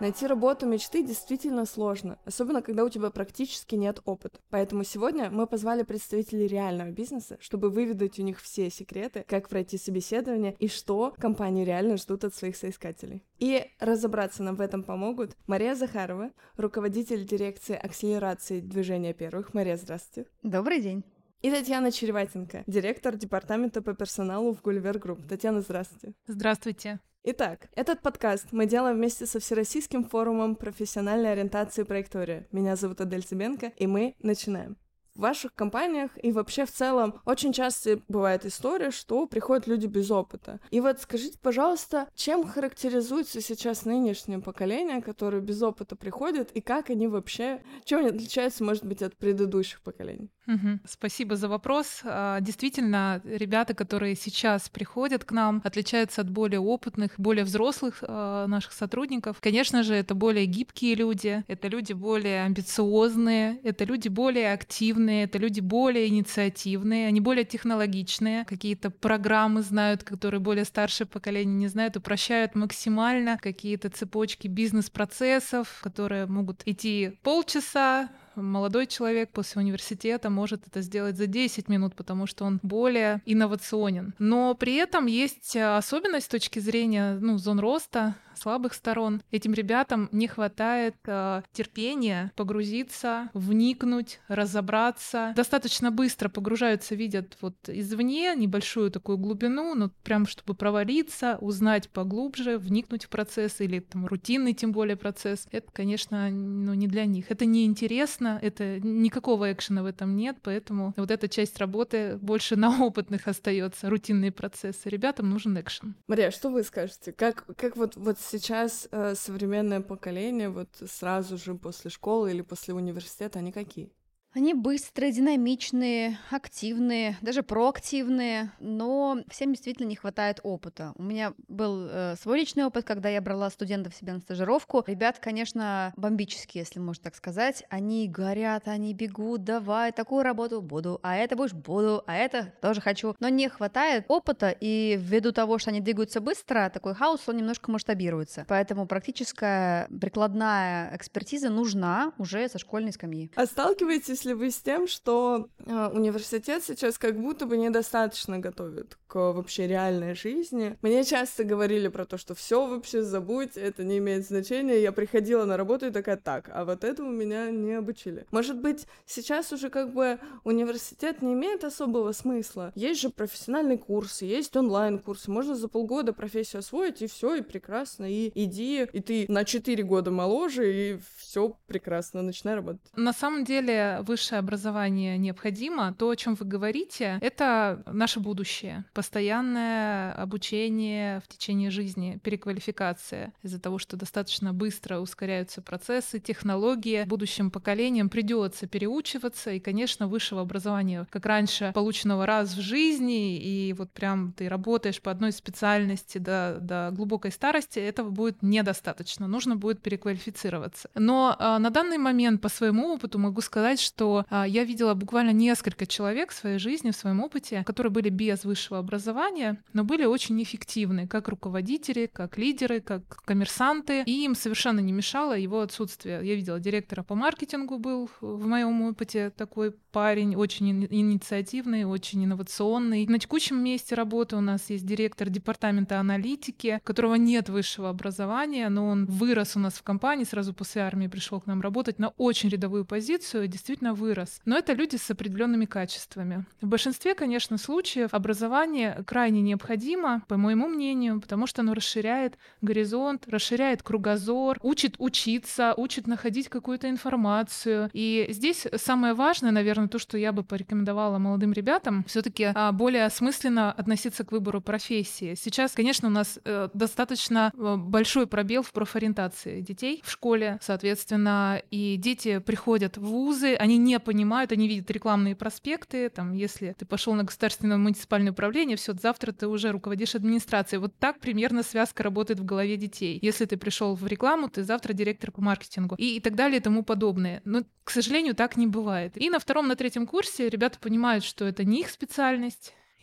Найти работу мечты действительно сложно, особенно когда у тебя практически нет опыта. Поэтому сегодня мы позвали представителей реального бизнеса, чтобы выведать у них все секреты, как пройти собеседование и что компании реально ждут от своих соискателей. И разобраться нам в этом помогут Мария Захарова, руководитель дирекции акселерации движения первых. Мария, здравствуйте. Добрый день. И Татьяна Череватенко, директор департамента по персоналу в Гулливер Групп. Татьяна, здравствуйте. Здравствуйте. Итак, этот подкаст мы делаем вместе со Всероссийским форумом профессиональной ориентации «Проектория». Меня зовут Адель Цыбенко, и мы начинаем. В ваших компаниях и вообще в целом очень часто бывает история, что приходят люди без опыта. И вот скажите, пожалуйста, чем характеризуется сейчас нынешнее поколение, которое без опыта приходит, и как они вообще, чем они отличаются, может быть, от предыдущих поколений? Спасибо за вопрос. Действительно, ребята, которые сейчас приходят к нам, отличаются от более опытных, более взрослых наших сотрудников. Конечно же, это более гибкие люди, это люди более амбициозные, это люди более активные, это люди более инициативные, они более технологичные, какие-то программы знают, которые более старшее поколение не знают, упрощают максимально какие-то цепочки бизнес-процессов, которые могут идти полчаса. Молодой человек после университета может это сделать за 10 минут, потому что он более инновационен. Но при этом есть особенность с точки зрения зон роста, слабых сторон. Этим ребятам не хватает терпения погрузиться, вникнуть, разобраться. Достаточно быстро погружаются, видят вот извне небольшую такую глубину, но прям чтобы провалиться, узнать поглубже, вникнуть в процесс или там рутинный тем более процесс. Это, конечно, не для них. Это неинтересно, это никакого экшена в этом нет, поэтому вот эта часть работы больше на опытных остается, рутинные процессы. Ребятам нужен экшен. Мария, что вы скажете? Как вот сейчас современное поколение, вот сразу же после школы или после университета, они какие? Они быстрые, динамичные, активные, даже проактивные, но всем действительно не хватает опыта. У меня был свой личный опыт, когда я брала студентов себе на стажировку. Ребят, конечно, бомбические, если можно так сказать. Они горят, они бегут, давай, такую работу буду, а это будешь буду, а это тоже хочу. Но не хватает опыта, и ввиду того, что они двигаются быстро, такой хаос, он немножко масштабируется. Поэтому практическая прикладная экспертиза нужна уже со школьной скамьи. А сталкиваетесь ли вы с тем, что университет сейчас как будто бы недостаточно готовит к вообще реальной жизни? Мне часто говорили про то, что все вообще забудь, это не имеет значения. Я приходила на работу и такая, так, а вот этому меня не обучили. Может быть, сейчас уже как бы университет не имеет особого смысла. Есть же профессиональные курсы, есть онлайн-курсы. Можно за полгода профессию освоить, и все, и прекрасно. И иди, и ты на 4 года моложе, и все прекрасно, начинай работать. На самом деле, высшее образование необходимо. То, о чем вы говорите, это наше будущее. Постоянное обучение в течение жизни, переквалификация. Из-за того, что достаточно быстро ускоряются процессы, технологии, будущим поколениям придется переучиваться. И, конечно, высшего образования, как раньше, полученного раз в жизни, и вот прям ты работаешь по одной специальности до глубокой старости, этого будет недостаточно. Нужно будет переквалифицироваться. Но на данный момент по своему опыту могу сказать, что я видела буквально несколько человек в своей жизни, в своем опыте, которые были без высшего образования, но были очень эффективны, как руководители, как лидеры, как коммерсанты, и им совершенно не мешало его отсутствие. Я видела директора по маркетингу был в моем опыте такой парень, очень инициативный, очень инновационный. На текущем месте работы у нас есть директор департамента аналитики, у которого нет высшего образования, но он вырос у нас в компании, сразу после армии пришел к нам работать на очень рядовую позицию, действительно вырос. Но это люди с определенными качествами. В большинстве, конечно, случаев образование крайне необходимо, по моему мнению, потому что оно расширяет горизонт, расширяет кругозор, учит учиться, учит находить какую-то информацию. И здесь самое важное, наверное, то, что я бы порекомендовала молодым ребятам, все-таки более осмысленно относиться к выбору профессии. Сейчас, конечно, у нас достаточно большой пробел в профориентации детей в школе, соответственно, и дети приходят в вузы, они не понимают, они видят рекламные проспекты, там, если ты пошел на государственное муниципальное управление, все, завтра ты уже руководишь администрацией. Вот так примерно связка работает в голове детей. Если ты пришел в рекламу, ты завтра директор по маркетингу и так далее и тому подобное. Но, к сожалению, так не бывает. И на втором, на третьем курсе ребята понимают, что это не их специальность,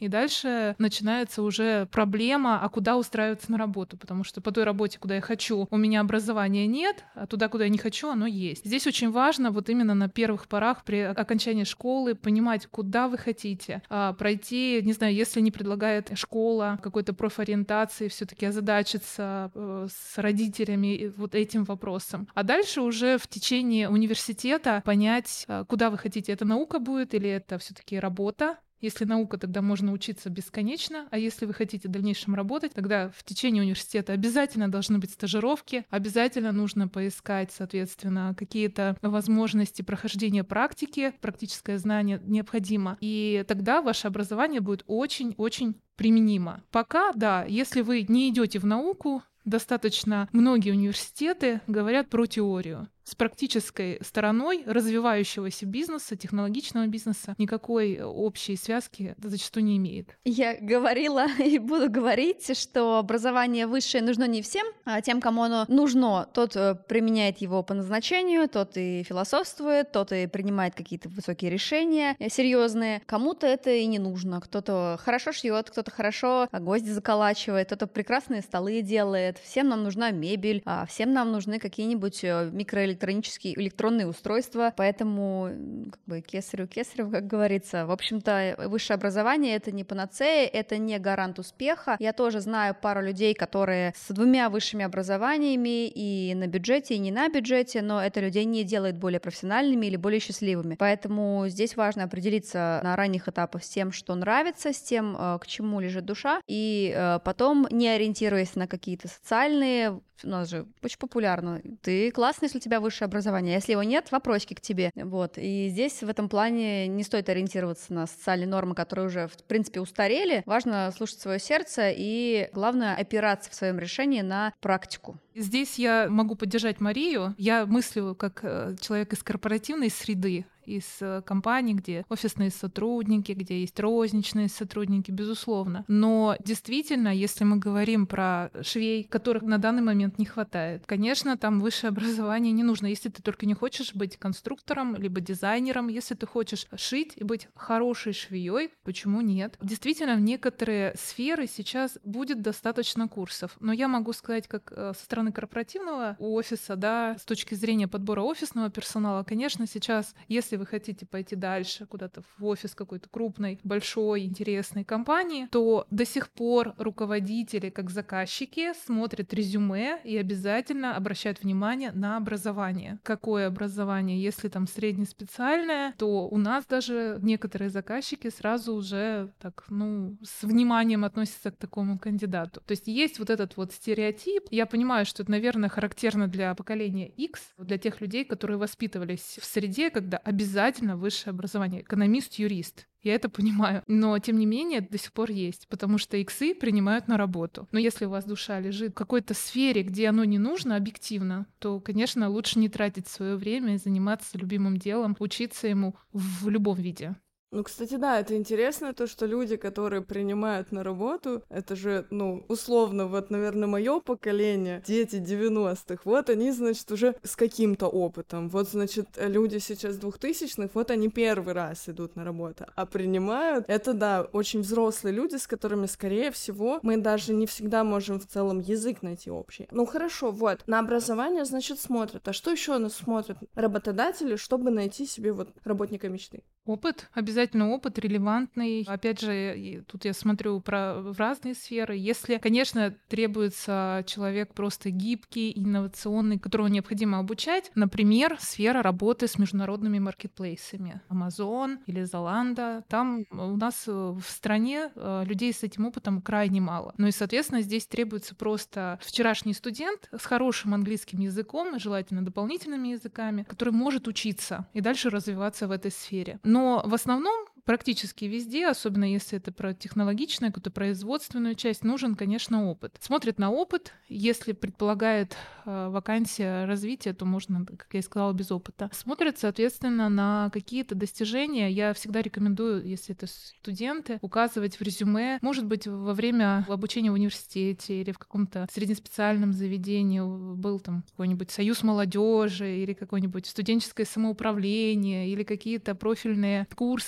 И дальше начинается уже проблема, а куда устраиваться на работу, потому что по той работе, куда я хочу, у меня образования нет, а туда, куда я не хочу, оно есть. Здесь очень важно вот именно на первых порах при окончании школы понимать, куда вы хотите, пройти, не знаю, если не предлагает школа какой-то профориентации, все-таки озадачиться с родителями вот этим вопросом. А дальше уже в течение университета понять, куда вы хотите. Это наука будет или это все-таки работа? Если наука, тогда можно учиться бесконечно, а если вы хотите в дальнейшем работать, тогда в течение университета обязательно должны быть стажировки, обязательно нужно поискать, соответственно, какие-то возможности прохождения практики, практическое знание необходимо, и тогда ваше образование будет очень-очень применимо. Пока, да, если вы не идете в науку, достаточно многие университеты говорят про теорию. С практической стороной развивающегося бизнеса, технологичного бизнеса, никакой общей связки зачастую не имеет. Я говорила и буду говорить, что образование высшее нужно не всем, а тем, кому оно нужно, тот применяет его по назначению, тот и философствует, тот и принимает какие-то высокие решения серьезные. Кому-то это и не нужно. Кто-то хорошо шьет, кто-то хорошо гвозди заколачивает, кто-то прекрасные столы делает. Всем нам нужна мебель, а всем нам нужны какие-нибудь микроэлектронические электронные устройства, поэтому как бы кесарю, как говорится. В общем-то, высшее образование — это не панацея, это не гарант успеха. Я тоже знаю пару людей, которые с 2 высшими образованиями и на бюджете, и не на бюджете, но это людей не делает более профессиональными или более счастливыми. Поэтому здесь важно определиться на ранних этапах с тем, что нравится, с тем, к чему лежит душа, и потом, не ориентируясь на какие-то социальные, у нас же очень популярно, ты классный, если у тебя высшее образование, а если его нет, вопросики к тебе. Вот. И здесь в этом плане не стоит ориентироваться на социальные нормы, которые уже, в принципе, устарели. Важно слушать свое сердце и, главное, опираться в своем решении на практику. Здесь я могу поддержать Марию. Я мыслю как человек из корпоративной среды, из компаний, где офисные сотрудники, где есть розничные сотрудники, безусловно. Но действительно, если мы говорим про швей, которых на данный момент не хватает, конечно, там высшее образование не нужно, если ты только не хочешь быть конструктором либо дизайнером, если ты хочешь шить и быть хорошей швеей, почему нет? Действительно, в некоторые сферы сейчас будет достаточно курсов, но я могу сказать, как со стороны корпоративного офиса, да, с точки зрения подбора офисного персонала, конечно, сейчас, если вы хотите пойти дальше, куда-то в офис какой-то крупной, большой, интересной компании, то до сих пор руководители, как заказчики, смотрят резюме и обязательно обращают внимание на образование. Какое образование? Если там среднеспециальное, то у нас даже некоторые заказчики сразу уже так, с вниманием относятся к такому кандидату. То есть есть вот этот вот стереотип. Я понимаю, что это, наверное, характерно для поколения X, для тех людей, которые воспитывались в среде, когда обязательно высшее образование, экономист, юрист. Я это понимаю. Но, тем не менее, это до сих пор есть, потому что иксы принимают на работу. Но если у вас душа лежит в какой-то сфере, где оно не нужно объективно, то, конечно, лучше не тратить свое время и заниматься любимым делом, учиться ему в любом виде. Кстати, да, это интересно, то, что люди, которые принимают на работу, это же, условно, вот, наверное, мое поколение, дети 90-х, вот они, значит, уже с каким-то опытом. Вот, значит, люди сейчас 2000-х, вот они первый раз идут на работу, а принимают, это, да, очень взрослые люди, с которыми, скорее всего, мы даже не всегда можем в целом язык найти общий. Хорошо, вот, на образование, значит, смотрят. А что еще нас смотрят работодатели, чтобы найти себе вот работника мечты? Опыт, обязательно опыт, релевантный. Опять же, тут я смотрю в разные сферы. Если, конечно, требуется человек просто гибкий, инновационный, которого необходимо обучать, например, сфера работы с международными маркетплейсами. Amazon или Zalando. Там у нас в стране людей с этим опытом крайне мало. И, соответственно, здесь требуется просто вчерашний студент с хорошим английским языком, желательно дополнительными языками, который может учиться и дальше развиваться в этой сфере. Но в основном практически везде, особенно если это про технологичную, какую-то производственную часть, нужен, конечно, опыт. Смотрят на опыт. Если предполагает вакансия развития, то можно, как я и сказала, без опыта. Смотрят, соответственно, на какие-то достижения. Я всегда рекомендую, если это студенты, указывать в резюме, может быть, во время обучения в университете или в каком-то среднеспециальном заведении был там какой-нибудь союз молодежи или какое-нибудь студенческое самоуправление или какие-то профильные курсы дополнительные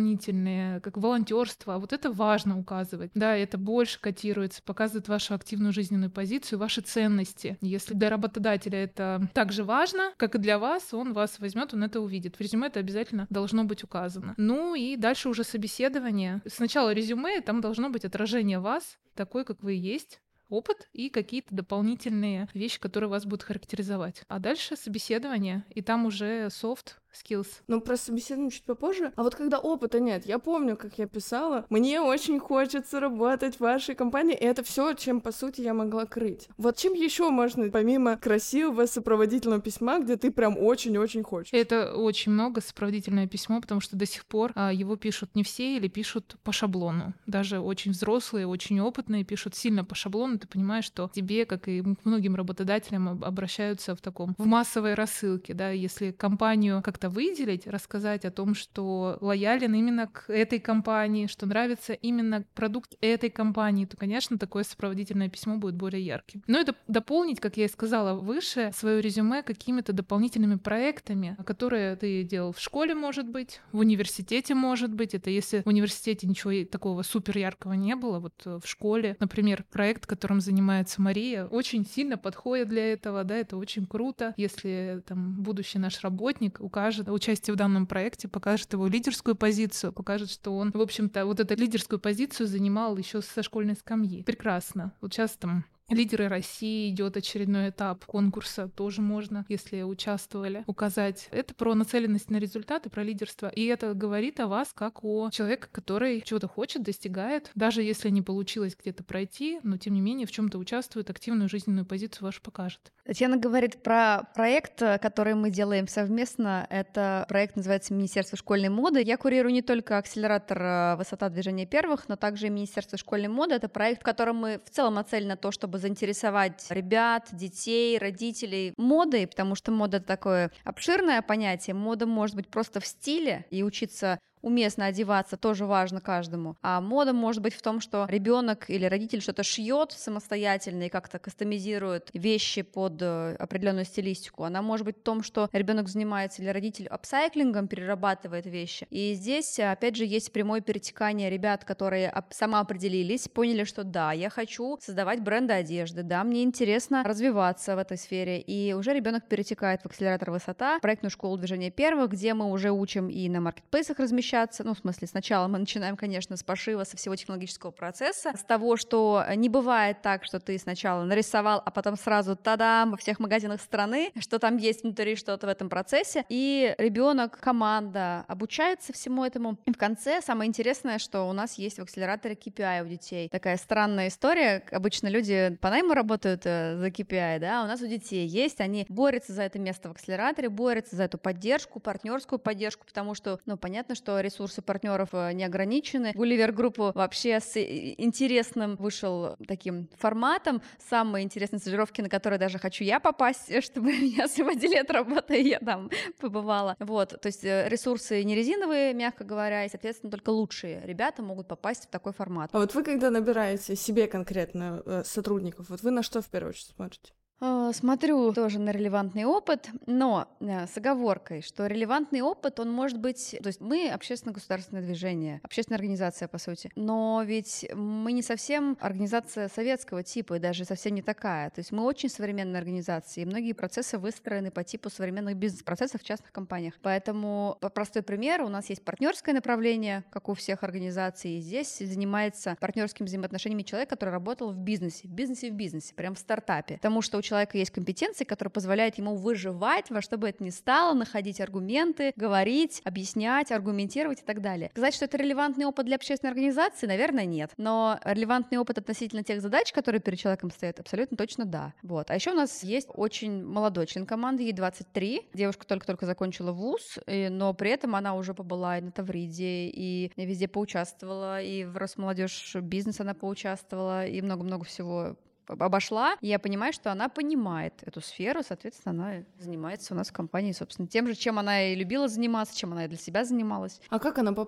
дополнительные, как волонтерство. Вот это важно указывать. Да, это больше котируется, показывает вашу активную жизненную позицию, ваши ценности. Если для работодателя это так же важно, как и для вас, он вас возьмет, он это увидит. В резюме это обязательно должно быть указано. Ну и дальше уже собеседование. Сначала резюме, там должно быть отражение вас, такой, как вы есть, опыт и какие-то дополнительные вещи, которые вас будут характеризовать. А дальше собеседование, и там уже soft skills. Ну, про собеседование чуть попозже. А вот когда опыта нет, я помню, как я писала, мне очень хочется работать в вашей компании, и это все, чем, по сути, я могла крыть. Вот чем еще можно, помимо красивого сопроводительного письма, где ты прям очень-очень хочешь? Это очень много сопроводительное письмо, потому что до сих пор его пишут не все или пишут по шаблону. Даже очень взрослые, очень опытные пишут сильно по шаблону. Ты понимаешь, что тебе, как и многим работодателям, обращаются в массовой рассылке, да, если компанию как-то выделить, рассказать о том, что лоялен именно к этой компании, что нравится именно продукт этой компании, то, конечно, такое сопроводительное письмо будет более ярким. Но это дополнить, как я и сказала выше, свое резюме какими-то дополнительными проектами, которые ты делал в школе, может быть, в университете, может быть. Это если в университете ничего такого супер яркого не было, вот в школе, например, проект, которым занимается Мария, очень сильно подходит для этого, да, это очень круто, если там будущий наш работник укажет участие в данном проекте, покажет его лидерскую позицию, покажет, что он, в общем-то, вот эту лидерскую позицию занимал еще со школьной скамьи. Прекрасно. Вот сейчас там «Лидеры России» идет очередной этап конкурса, тоже можно, если участвовали, указать. Это про нацеленность на результаты, про лидерство. И это говорит о вас как о человеке, который чего-то хочет, достигает, даже если не получилось где-то пройти, но тем не менее в чем-то участвует, активную жизненную позицию вашу покажет. Татьяна говорит про проект, который мы делаем совместно. Это проект называется «Министерство школьной моды». Я курирую не только акселератор «Высота движения первых», но также и Министерство школьной моды. Это проект, в котором мы в целом нацелены на то, чтобы заинтересовать ребят, детей, родителей модой, потому что мода — это такое обширное понятие. Мода может быть просто в стиле, и учиться уместно одеваться тоже важно каждому. А мода может быть в том, что ребенок или родитель что-то шьет самостоятельно и как-то кастомизирует вещи под определенную стилистику. Она может быть в том, что ребенок занимается или родитель апсайклингом, перерабатывает вещи. И здесь, опять же, есть прямое перетекание ребят, которые самоопределились, поняли, что да, я хочу создавать бренды одежды, да, мне интересно развиваться в этой сфере. И уже ребенок перетекает в акселератор «Высота», проектную школу движения первых, где мы уже учим и на маркетплейсах размещаться. Ну, в смысле, сначала мы начинаем, конечно, с пошива, со всего технологического процесса, с того, что не бывает так, что ты сначала нарисовал, а потом сразу тадам во всех магазинах страны, что там есть внутри что-то в этом процессе, и ребенок, команда обучается всему этому. И в конце самое интересное, что у нас есть в акселераторе KPI у детей. Такая странная история. Обычно люди по найму работают за KPI, да, а у нас у детей есть, они борются за это место в акселераторе, борются за эту поддержку, партнерскую поддержку, потому что, ну, понятно, что ресурсы партнеров не ограничены. Гулливер Группу вообще с интересным вышел таким форматом. Самые интересные стажировки, на которые даже хочу я попасть, чтобы меня освободили от работы, и я там побывала. Вот, то есть ресурсы не резиновые, мягко говоря, и, соответственно, только лучшие ребята могут попасть в такой формат. А вот вы, когда набираете себе конкретно сотрудников, вот вы на что в первую очередь смотрите? Смотрю тоже на релевантный опыт, но с оговоркой, что релевантный опыт, он может быть... То есть мы общественно-государственное движение, общественная организация, по сути, но ведь мы не совсем организация советского типа, и даже совсем не такая. То есть мы очень современная организация, и многие процессы выстроены по типу современных бизнес-процессов в частных компаниях. Поэтому, простой пример, у нас есть партнерское направление, как у всех организаций, и здесь занимается партнерскими взаимоотношениями человек, который работал в бизнесе, прям в стартапе, потому что у человека есть компетенции, которые позволяют ему выживать во что бы это ни стало, находить аргументы, говорить, объяснять, аргументировать и так далее. Сказать, что это релевантный опыт для общественной организации, наверное, нет. Но релевантный опыт относительно тех задач, которые перед человеком стоят, абсолютно точно да. Вот. А еще у нас есть очень молодой член команды, ей 23. Девушка только-только закончила вуз, но при этом она уже побыла и на Тавриде, и везде поучаствовала, и в Росмолодежь бизнес она поучаствовала, и много-много всего обошла, и я понимаю, что она понимает эту сферу, соответственно, она занимается у нас в компании, собственно, тем же, чем она и любила заниматься, чем она и для себя занималась. А как она попала?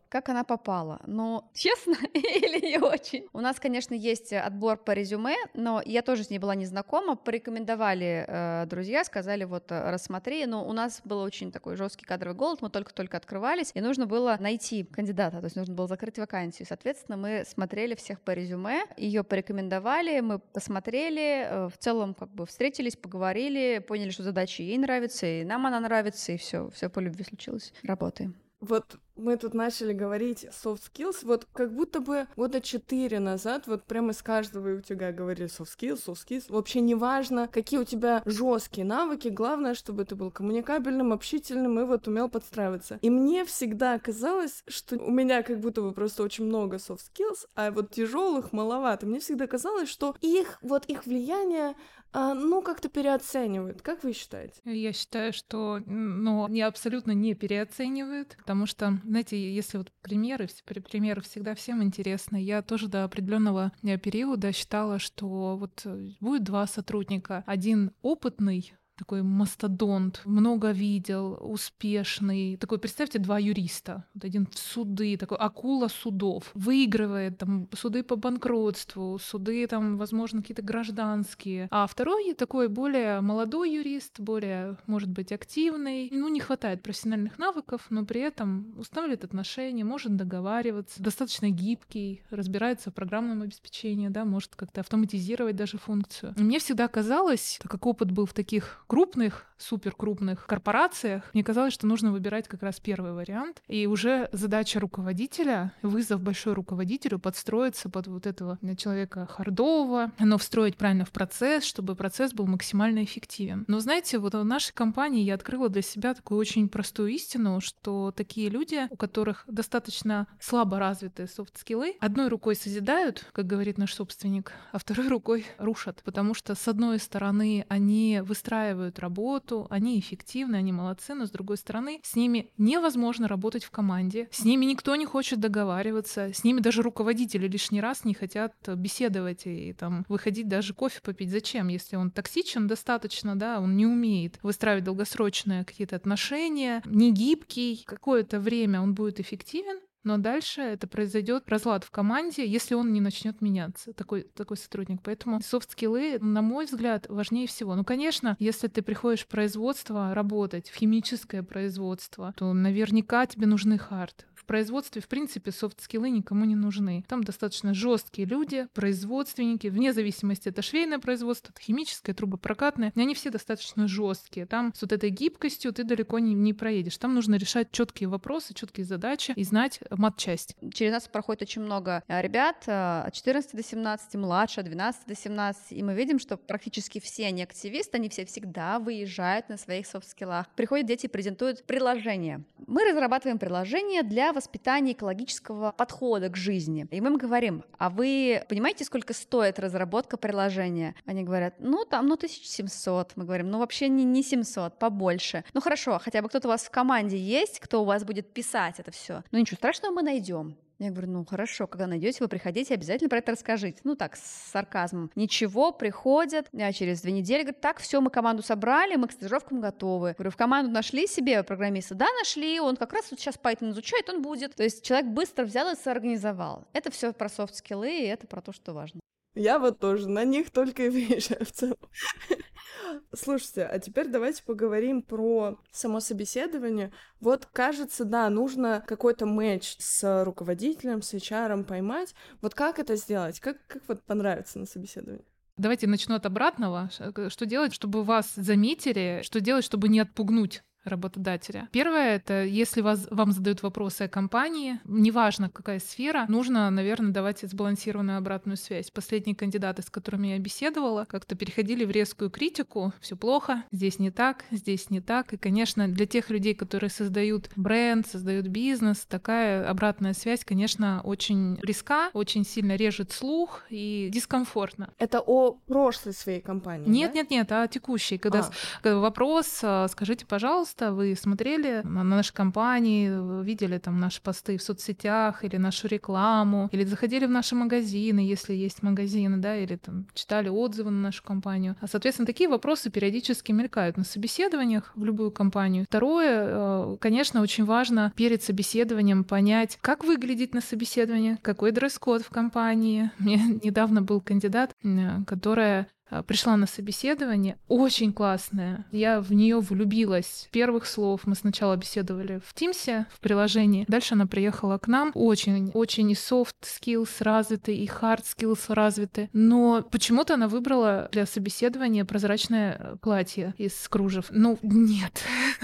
Как она попала? Но честно или не очень? У нас, конечно, есть отбор по резюме, но я тоже с ней была не знакома. Порекомендовали друзья, сказали, вот рассмотри. Но у нас был очень такой жесткий кадровый голод, мы только-только открывались, и нужно было найти кандидата, то есть нужно было закрыть вакансию. Соответственно, мы смотрели всех по резюме, ее порекомендовали, мы посмотрели, в целом как бы встретились, поговорили, поняли, что задача ей нравится, и нам она нравится, и все по любви случилось. Работаем. Вот мы тут начали говорить soft skills, вот как будто бы 4 года назад вот прямо из каждого у тебя говорили soft skills. Вообще не важно, какие у тебя жесткие навыки, главное, чтобы ты был коммуникабельным, общительным и вот умел подстраиваться. И мне всегда казалось, что у меня как будто бы просто очень много soft skills, а вот тяжелых маловато. Мне всегда казалось, что их влияние как-то переоценивают. Как вы считаете? Я считаю, что они абсолютно не переоценивают, потому что, знаете, если вот примеры всегда всем интересны. Я тоже до определенного периода считала, что вот будет 2 сотрудника. Один опытный, такой мастодонт, много видел, успешный. Такой, представьте, 2 юриста. Вот один в суды, такой акула судов. Выигрывает там суды по банкротству, суды там, возможно, какие-то гражданские. А второй такой более молодой юрист, более, может быть, активный. Не хватает профессиональных навыков, но при этом устанавливает отношения, может договариваться, достаточно гибкий, разбирается в программном обеспечении, да, может как-то автоматизировать даже функцию. И мне всегда казалось, так как опыт был в таких крупных, суперкрупных корпорациях, мне казалось, что нужно выбирать как раз первый вариант. И уже задача руководителя, вызов большой руководителю подстроиться под вот этого человека хардового, но встроить правильно в процесс, чтобы процесс был максимально эффективен. Но знаете, вот в нашей компании я открыла для себя такую очень простую истину, что такие люди, у которых достаточно слабо развитые софт-скиллы, одной рукой созидают, как говорит наш собственник, а второй рукой рушат. Потому что, с одной стороны, они выстраивают работу, они эффективны, они молодцы, но с другой стороны, с ними невозможно работать в команде, с ними никто не хочет договариваться, с ними даже руководители лишний раз не хотят беседовать и там выходить даже кофе попить. Зачем? Если он токсичен достаточно, да, он не умеет выстраивать долгосрочные какие-то отношения, не гибкий, какое-то время он будет эффективен, но дальше это произойдет разлад в команде, если он не начнет меняться, такой сотрудник. Поэтому софт-скиллы, на мой взгляд, важнее всего. Конечно, если ты приходишь в производство работать, в химическое производство, то наверняка тебе нужны хард. В производстве, в принципе, софт-скиллы никому не нужны. Там достаточно жесткие люди, производственники, вне зависимости, это швейное производство, это химическое, трубопрокатное, они все достаточно жесткие. Там с вот этой гибкостью ты далеко не проедешь. Там нужно решать четкие вопросы, четкие задачи и знать матчасть. Через нас проходит очень много ребят от 14 до 17, младше, от 12 до 17, и мы видим, что практически все они активисты, они все всегда выезжают на своих софт-скиллах. Приходят дети и презентуют приложение. Мы разрабатываем приложение для воспитания экологического подхода к жизни. И мы им говорим: а вы понимаете, сколько стоит разработка приложения? Они говорят: 1700. Мы говорим: вообще не 700, побольше. Хорошо, хотя бы кто-то у вас в команде есть, кто у вас будет писать это все. Ничего страшного, мы найдем. Я говорю: хорошо, когда найдете, вы приходите, обязательно про это расскажите. Так, с сарказмом. Ничего, приходят, через 2 недели, говорят: так, все, мы команду собрали, мы к стажировкам готовы. Говорю: в команду нашли себе программиста? Да, нашли, он как раз вот сейчас Python изучает, он будет. То есть человек быстро взял и соорганизовал. Это все про софт-скиллы, и это про то, что важно. Я вот тоже на них только и выезжаю в целом. Слушайте, а теперь давайте поговорим про само собеседование. Вот, кажется, да, нужно какой-то матч с руководителем, с HR поймать. Вот как это сделать? Как вот понравится на собеседовании? Давайте начну от обратного. Что делать, чтобы вас заметили? Что делать, чтобы не отпугнуть работодателя? Первое — это если вам задают вопросы о компании, неважно какая сфера, нужно, наверное, давать сбалансированную обратную связь. Последние кандидаты, с которыми я беседовала, как-то переходили в резкую критику: все плохо, здесь не так, здесь не так. И, конечно, для тех людей, которые создают бренд, создают бизнес, такая обратная связь, конечно, очень близка, очень сильно режет слух и дискомфортно. Это о прошлой своей компании? Нет, о текущей. Когда вопрос: скажите, пожалуйста, пожалуйста, вы смотрели на наши компании, видели там наши посты в соцсетях или нашу рекламу, или заходили в наши магазины, если есть магазины, да, или там читали отзывы на нашу компанию. Соответственно, такие вопросы периодически мелькают на собеседованиях в любую компанию. Второе, конечно, очень важно перед собеседованием понять, как выглядеть на собеседовании, какой дресс-код в компании. У меня недавно был кандидат, которая пришла на собеседование, очень классная. Я в нее влюбилась с первых слов. Мы сначала беседовали в Teams, в приложении. Дальше она приехала к нам. Очень и soft skills развиты, и hard skills развиты. Но почему-то она выбрала для собеседования прозрачное платье из кружев. Ну, нет.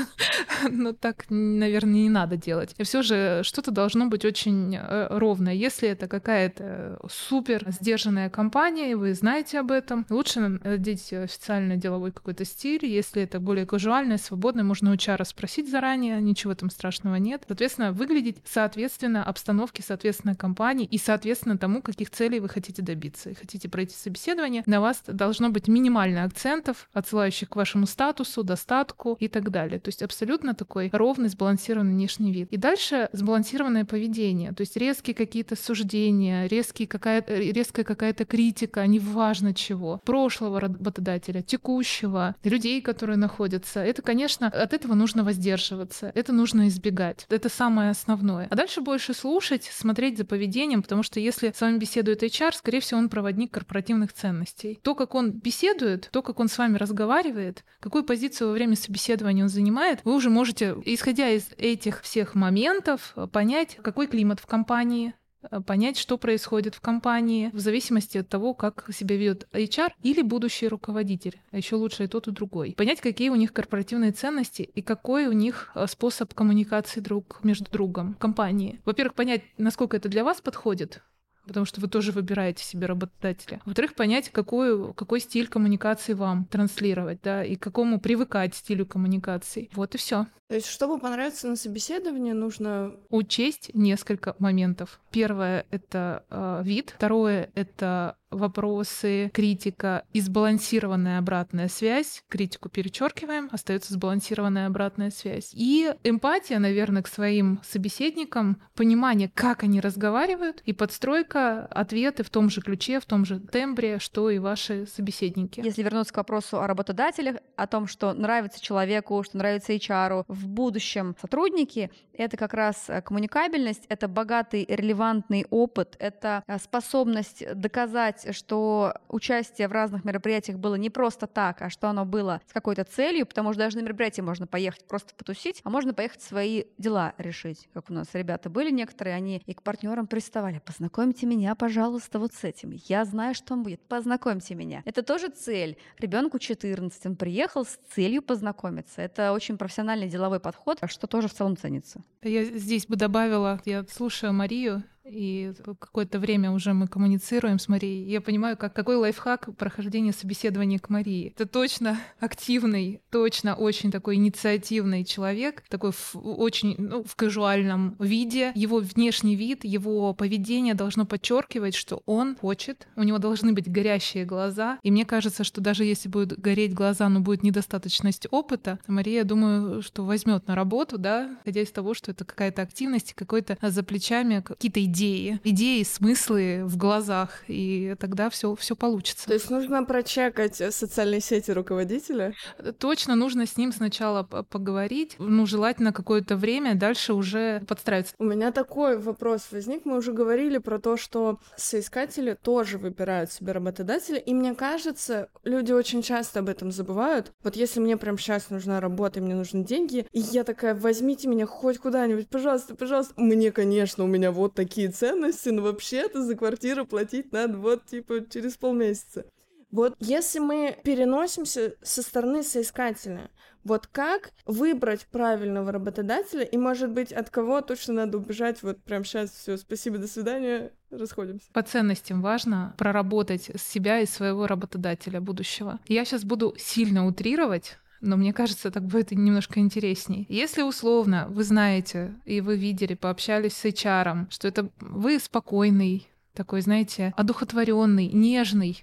Ну, так, наверное, не надо делать. И все же что-то должно быть очень ровное. Если это какая-то супер сдержанная компания, и вы знаете об этом, лучше надеть официальный деловой какой-то стиль. Если это более казуальное, свободное, можно у HR спросить заранее, ничего там страшного нет. Соответственно, выглядеть соответственно обстановке, соответственно компании и соответственно тому, каких целей вы хотите добиться. И хотите пройти собеседование, на вас должно быть минимально акцентов, отсылающих к вашему статусу, достатку и так далее. То есть абсолютно такой ровный, сбалансированный внешний вид. И дальше сбалансированное поведение. То есть резкие какие-то суждения, резкая какая-то критика, неважно чего. Прошлого работодателя, текущего, людей, которые находятся. Это, конечно, от этого нужно воздерживаться, это нужно избегать. Это самое основное. А дальше больше слушать, смотреть за поведением, потому что если с вами беседует HR, скорее всего, он проводник корпоративных ценностей. То, как он беседует, то, как он с вами разговаривает, какую позицию во время собеседования он занимает, вы уже можете, исходя из этих всех моментов, понять, какой климат в компании, понять, что происходит в компании, в зависимости от того, как себя ведет HR или будущий руководитель, а еще лучше и тот, и другой. Понять, какие у них корпоративные ценности и какой у них способ коммуникации друг между другом в компании. Во-первых, понять, насколько это для вас подходит, потому что вы тоже выбираете себе работодателя. Во-вторых, понять, какой стиль коммуникации вам транслировать, да, и к какому привыкать стилю коммуникации. Вот и все. То есть, чтобы понравиться на собеседовании, нужно учесть несколько моментов. Первое — это вид. Второе — это вопросы, критика и сбалансированная обратная связь. Критику перечеркиваем, остается сбалансированная обратная связь. И эмпатия, наверное, к своим собеседникам, понимание, как они разговаривают, и подстройка, ответы в том же ключе, в том же тембре, что и ваши собеседники. Если вернуться к вопросу о работодателях, о том, что нравится человеку, что нравится HR, в будущем сотрудники, это как раз коммуникабельность, это богатый релевантный опыт, это способность доказать, что участие в разных мероприятиях было не просто так, а что оно было с какой-то целью, потому что даже на мероприятие можно поехать просто потусить, а можно поехать свои дела решить. Как у нас ребята были некоторые, они и к партнерам приставали: познакомьте меня, пожалуйста, вот с этим. Я знаю, что он будет. Познакомьте меня. Это тоже цель. Ребенку 14, он приехал с целью познакомиться. Это очень профессиональный деловой подход, что тоже в целом ценится. Я здесь бы добавила, я слушаю Марию, и какое-то время уже мы коммуницируем с Марией. Я понимаю, какой лайфхак прохождения собеседования к Марии. Это точно активный, точно очень такой инициативный человек, такой очень в казуальном виде. Его внешний вид, его поведение должно подчеркивать, что он хочет, у него должны быть горящие глаза. И мне кажется, что даже если будут гореть глаза, но будет недостаточность опыта, Мария, я думаю, что возьмет на работу, да, исходя из того, что это какая-то активность, какой-то за плечами какие-то идеи, смыслы в глазах, и тогда все получится. То есть нужно прочекать социальные сети руководителя? Точно, нужно с ним сначала поговорить, желательно какое-то время, дальше уже подстраиваться. У меня такой вопрос возник, мы уже говорили про то, что соискатели тоже выбирают себе работодателя, и мне кажется, люди очень часто об этом забывают. Вот если мне прям сейчас нужна работа, и мне нужны деньги, и я такая: возьмите меня хоть куда-нибудь, пожалуйста, пожалуйста. Мне, конечно, у меня вот такие ценности, но вообще-то за квартиру платить надо вот типа через полмесяца. Вот если мы переносимся со стороны соискателя, вот как выбрать правильного работодателя, и, может быть, от кого точно надо убежать вот прямо сейчас, все, спасибо, до свидания, расходимся. По ценностям важно проработать себя и своего работодателя будущего. Я сейчас буду сильно утрировать, но мне кажется, так будет немножко интересней. Если условно вы знаете и вы видели, пообщались с HR, что это вы спокойный, такой, знаете, одухотворенный, нежный,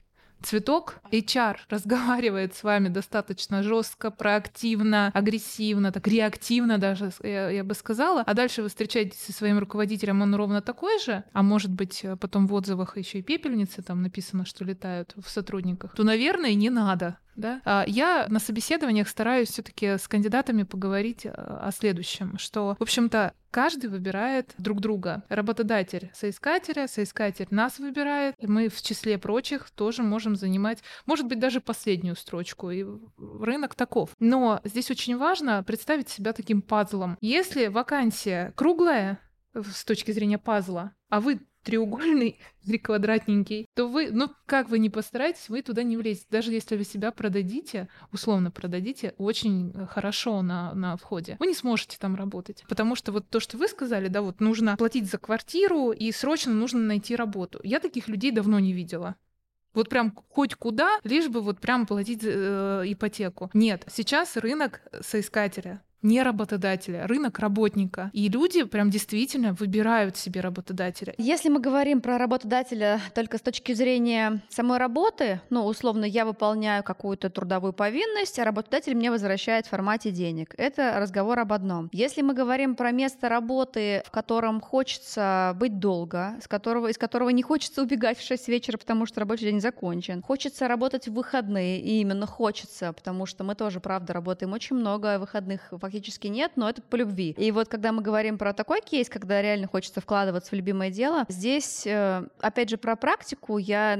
цветок, HR разговаривает с вами достаточно жестко, проактивно, агрессивно, так реактивно даже, я бы сказала, а дальше вы встречаетесь со своим руководителем, он ровно такой же, а может быть потом в отзывах еще и пепельницы там написано, что летают в сотрудниках, то, наверное, не надо. Да? Я на собеседованиях стараюсь все-таки с кандидатами поговорить о следующем, что, в общем-то, каждый выбирает друг друга. Работодатель соискателя, соискатель нас выбирает, и мы в числе прочих тоже можем занимать, может быть, даже последнюю строчку, и рынок таков. Но здесь очень важно представить себя таким пазлом. Если вакансия круглая с точки зрения пазла, а вы треугольный или квадратненький, то вы, как вы ни постараетесь, вы туда не влезете. Даже если вы себя продадите, условно продадите, очень хорошо на входе, вы не сможете там работать. Потому что вот то, что вы сказали, да, вот нужно платить за квартиру и срочно нужно найти работу. Я таких людей давно не видела. Вот прям хоть куда, лишь бы вот прям платить ипотеку. Нет, сейчас рынок соискателя, не работодателя, рынок работника. И люди прям действительно выбирают себе работодателя. Если мы говорим про работодателя только с точки зрения самой работы, условно, я выполняю какую-то трудовую повинность, а работодатель мне возвращает в формате денег. Это разговор об одном. Если мы говорим про место работы, в котором хочется быть долго, из которого не хочется убегать в 6 вечера, потому что рабочий день закончен, хочется работать в выходные, и именно хочется, потому что мы тоже, правда, работаем очень много, выходных фактически нет, но это по любви. И вот когда мы говорим про такой кейс, когда реально хочется вкладываться в любимое дело, здесь, опять же, про практику,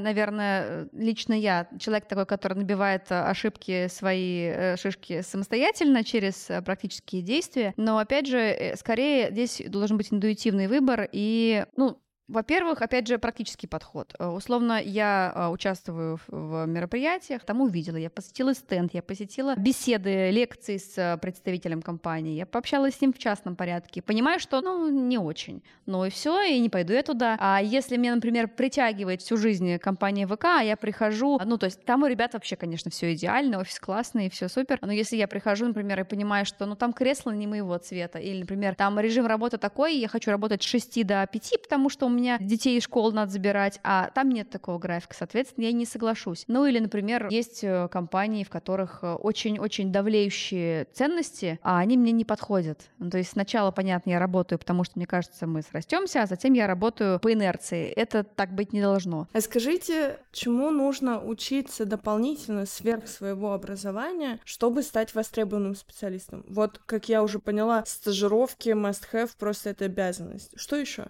лично я, человек такой, который набивает ошибки, свои шишки самостоятельно через практические действия, но, опять же, скорее здесь должен быть интуитивный выбор и, во-первых, опять же, практический подход. Условно, я участвую в мероприятиях, там увидела, я посетила стенд, я посетила беседы, лекции с представителем компании, я пообщалась с ним в частном порядке, понимаю, что, не очень. И все, и не пойду я туда. А если меня, например, притягивает всю жизнь компания ВК, а я прихожу, то есть там у ребят вообще, конечно, все идеально, офис классный, все супер, но если я прихожу, например, и понимаю, что, там кресло не моего цвета, или, например, там режим работы такой, я хочу работать с 6 до 5, потому что у меня детей из школы надо забирать, а там нет такого графика, соответственно, я не соглашусь. Или, например, есть компании, в которых очень-очень давлеющие ценности, а они мне не подходят. То есть сначала, понятно, я работаю, потому что, мне кажется, мы срастемся, а затем я работаю по инерции. Это так быть не должно. А скажите, чему нужно учиться дополнительно сверх своего образования, чтобы стать востребованным специалистом? Вот, как я уже поняла, стажировки must-have, просто это обязанность. Что еще?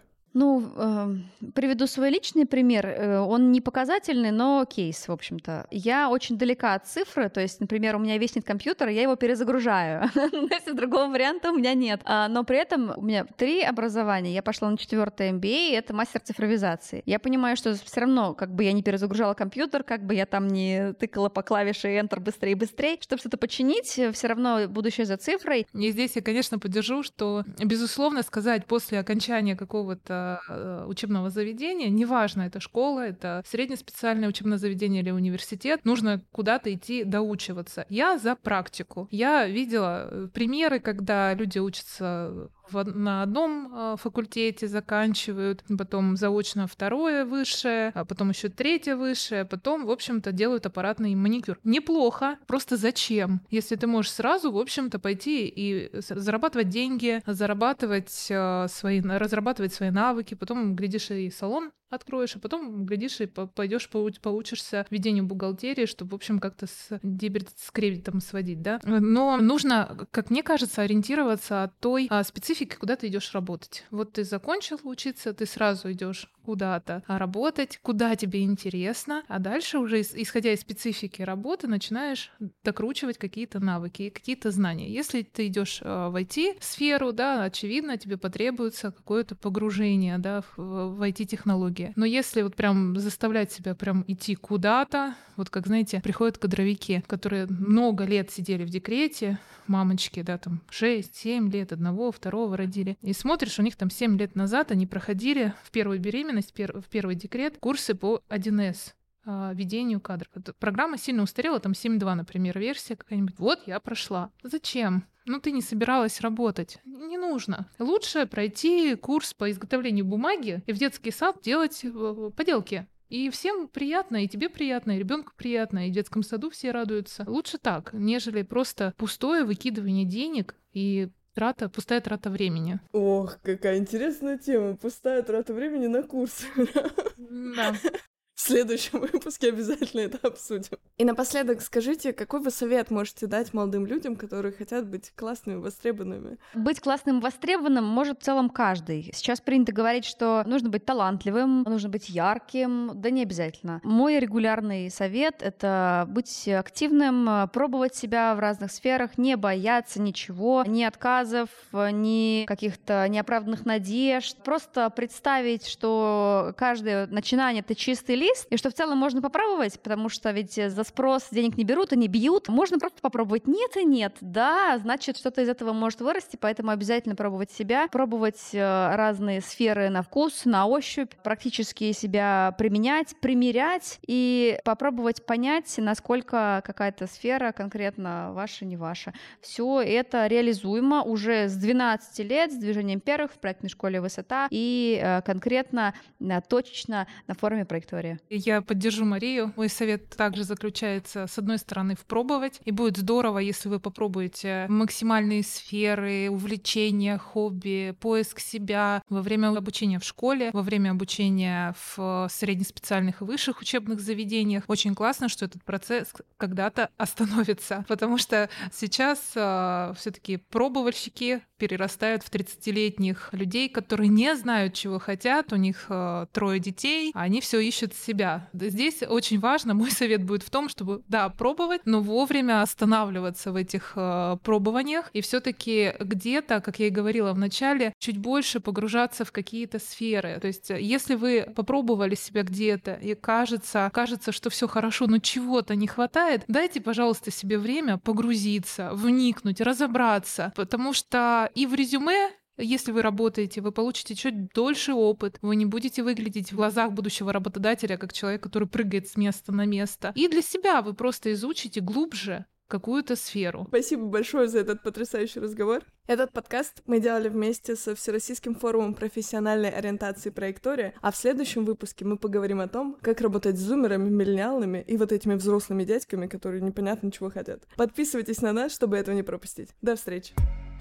Приведу свой личный пример. Он не показательный, но кейс, в общем-то. Я очень далека от цифры, то есть, например, у меня виснет компьютер, я его перезагружаю. Если другого варианта у меня нет. Но при этом у меня 3 образования. Я пошла на 4-е MBA, это мастер цифровизации. Я понимаю, что все равно, как бы я не перезагружала компьютер, как бы я там не тыкала по клавише Enter быстрее и быстрее, чтобы что-то починить, все равно будущее за цифрой. И здесь я, конечно, поддержу, что, безусловно, сказать после окончания какого-то учебного заведения, неважно, это школа, это среднеспециальное учебное заведение или университет, нужно куда-то идти доучиваться. Я за практику. Я видела примеры, когда люди учатся на одном факультете, заканчивают, потом заочно 2-е высшее, а потом еще 3-е высшее, потом, в общем-то, делают аппаратный маникюр. Неплохо, просто зачем? Если ты можешь сразу, в общем-то, пойти и зарабатывать деньги, разрабатывать свои навыки, потом, глядишь, и салон откроешь, а потом, глядишь, и пойдешь поучишься ведению бухгалтерии, чтобы, в общем, как-то дебет с кредитом сводить, да. Но нужно, как мне кажется, ориентироваться от той специфики, куда ты идешь работать. Вот ты закончил учиться, ты сразу идешь куда-то работать, куда тебе интересно, а дальше уже, исходя из специфики работы, начинаешь докручивать какие-то навыки, какие-то знания. Если ты идешь в IT-сферу, да, очевидно, тебе потребуется какое-то погружение, да, в IT-технологии. Но если вот прям заставлять себя прям идти куда-то, вот как, знаете, приходят кадровики, которые много лет сидели в декрете, мамочки, да, там 6-7 лет, 1-2 родили, и смотришь, у них там 7 лет назад они проходили в первую беременность, в первый декрет курсы по 1С, ведению кадров. Программа сильно устарела, там 7.2, например, версия какая-нибудь. Вот я прошла. Зачем? Ты не собиралась работать. Не нужно. Лучше пройти курс по изготовлению бумаги и в детский сад делать поделки. И всем приятно, и тебе приятно, и ребенку приятно, и в детском саду все радуются. Лучше так, нежели просто пустое выкидывание денег и пустая трата времени. Ох, какая интересная тема. Пустая трата времени на курсы. Да. В следующем выпуске обязательно это обсудим. И напоследок скажите, какой вы совет можете дать молодым людям, которые хотят быть классными, востребованными? Быть классным, востребованным может в целом каждый. Сейчас принято говорить, что нужно быть талантливым, нужно быть ярким. Да не обязательно. Мой регулярный совет — это быть активным, пробовать себя в разных сферах, не бояться ничего, ни отказов, ни каких-то неоправданных надежд. Просто представить, что каждое начинание — это чистый лист, и что в целом можно попробовать, потому что ведь за спрос денег не берут и не бьют. Можно просто попробовать. Нет и нет. Да, значит, что-то из этого может вырасти, поэтому обязательно пробовать себя, пробовать разные сферы на вкус, на ощупь, практически себя применять, примерять и попробовать понять, насколько какая-то сфера конкретно ваша, не ваша. Все это реализуемо уже с 12 лет, с движением первых в проектной школе «Высота» и конкретно, точечно на форуме «Проектория». Я поддержу Марию. Мой совет также заключается, с одной стороны, в пробовать. И будет здорово, если вы попробуете максимальные сферы, увлечения, хобби, поиск себя во время обучения в школе, во время обучения в среднеспециальных и высших учебных заведениях. Очень классно, что этот процесс когда-то остановится, потому что сейчас все-таки пробовальщики перерастают в 30-летних людей, которые не знают, чего хотят, у них 3 детей, а они все ищут себя. Здесь очень важно, мой совет будет в том, чтобы, да, пробовать, но вовремя останавливаться в этих пробованиях и все-таки где-то, как я и говорила в начале, чуть больше погружаться в какие-то сферы. То есть, если вы попробовали себя где-то и кажется, что все хорошо, но чего-то не хватает, дайте, пожалуйста, себе время погрузиться, вникнуть, разобраться, потому что и в резюме, если вы работаете, вы получите чуть дольше опыт, вы не будете выглядеть в глазах будущего работодателя как человек, который прыгает с места на место. И для себя вы просто изучите глубже какую-то сферу. Спасибо большое за этот потрясающий разговор. Этот подкаст мы делали вместе со Всероссийским форумом профессиональной ориентации «Проектория», а в следующем выпуске мы поговорим о том, как работать с зумерами, миллениалами и вот этими взрослыми дядьками, которые непонятно чего хотят. Подписывайтесь на нас, чтобы этого не пропустить. До встречи!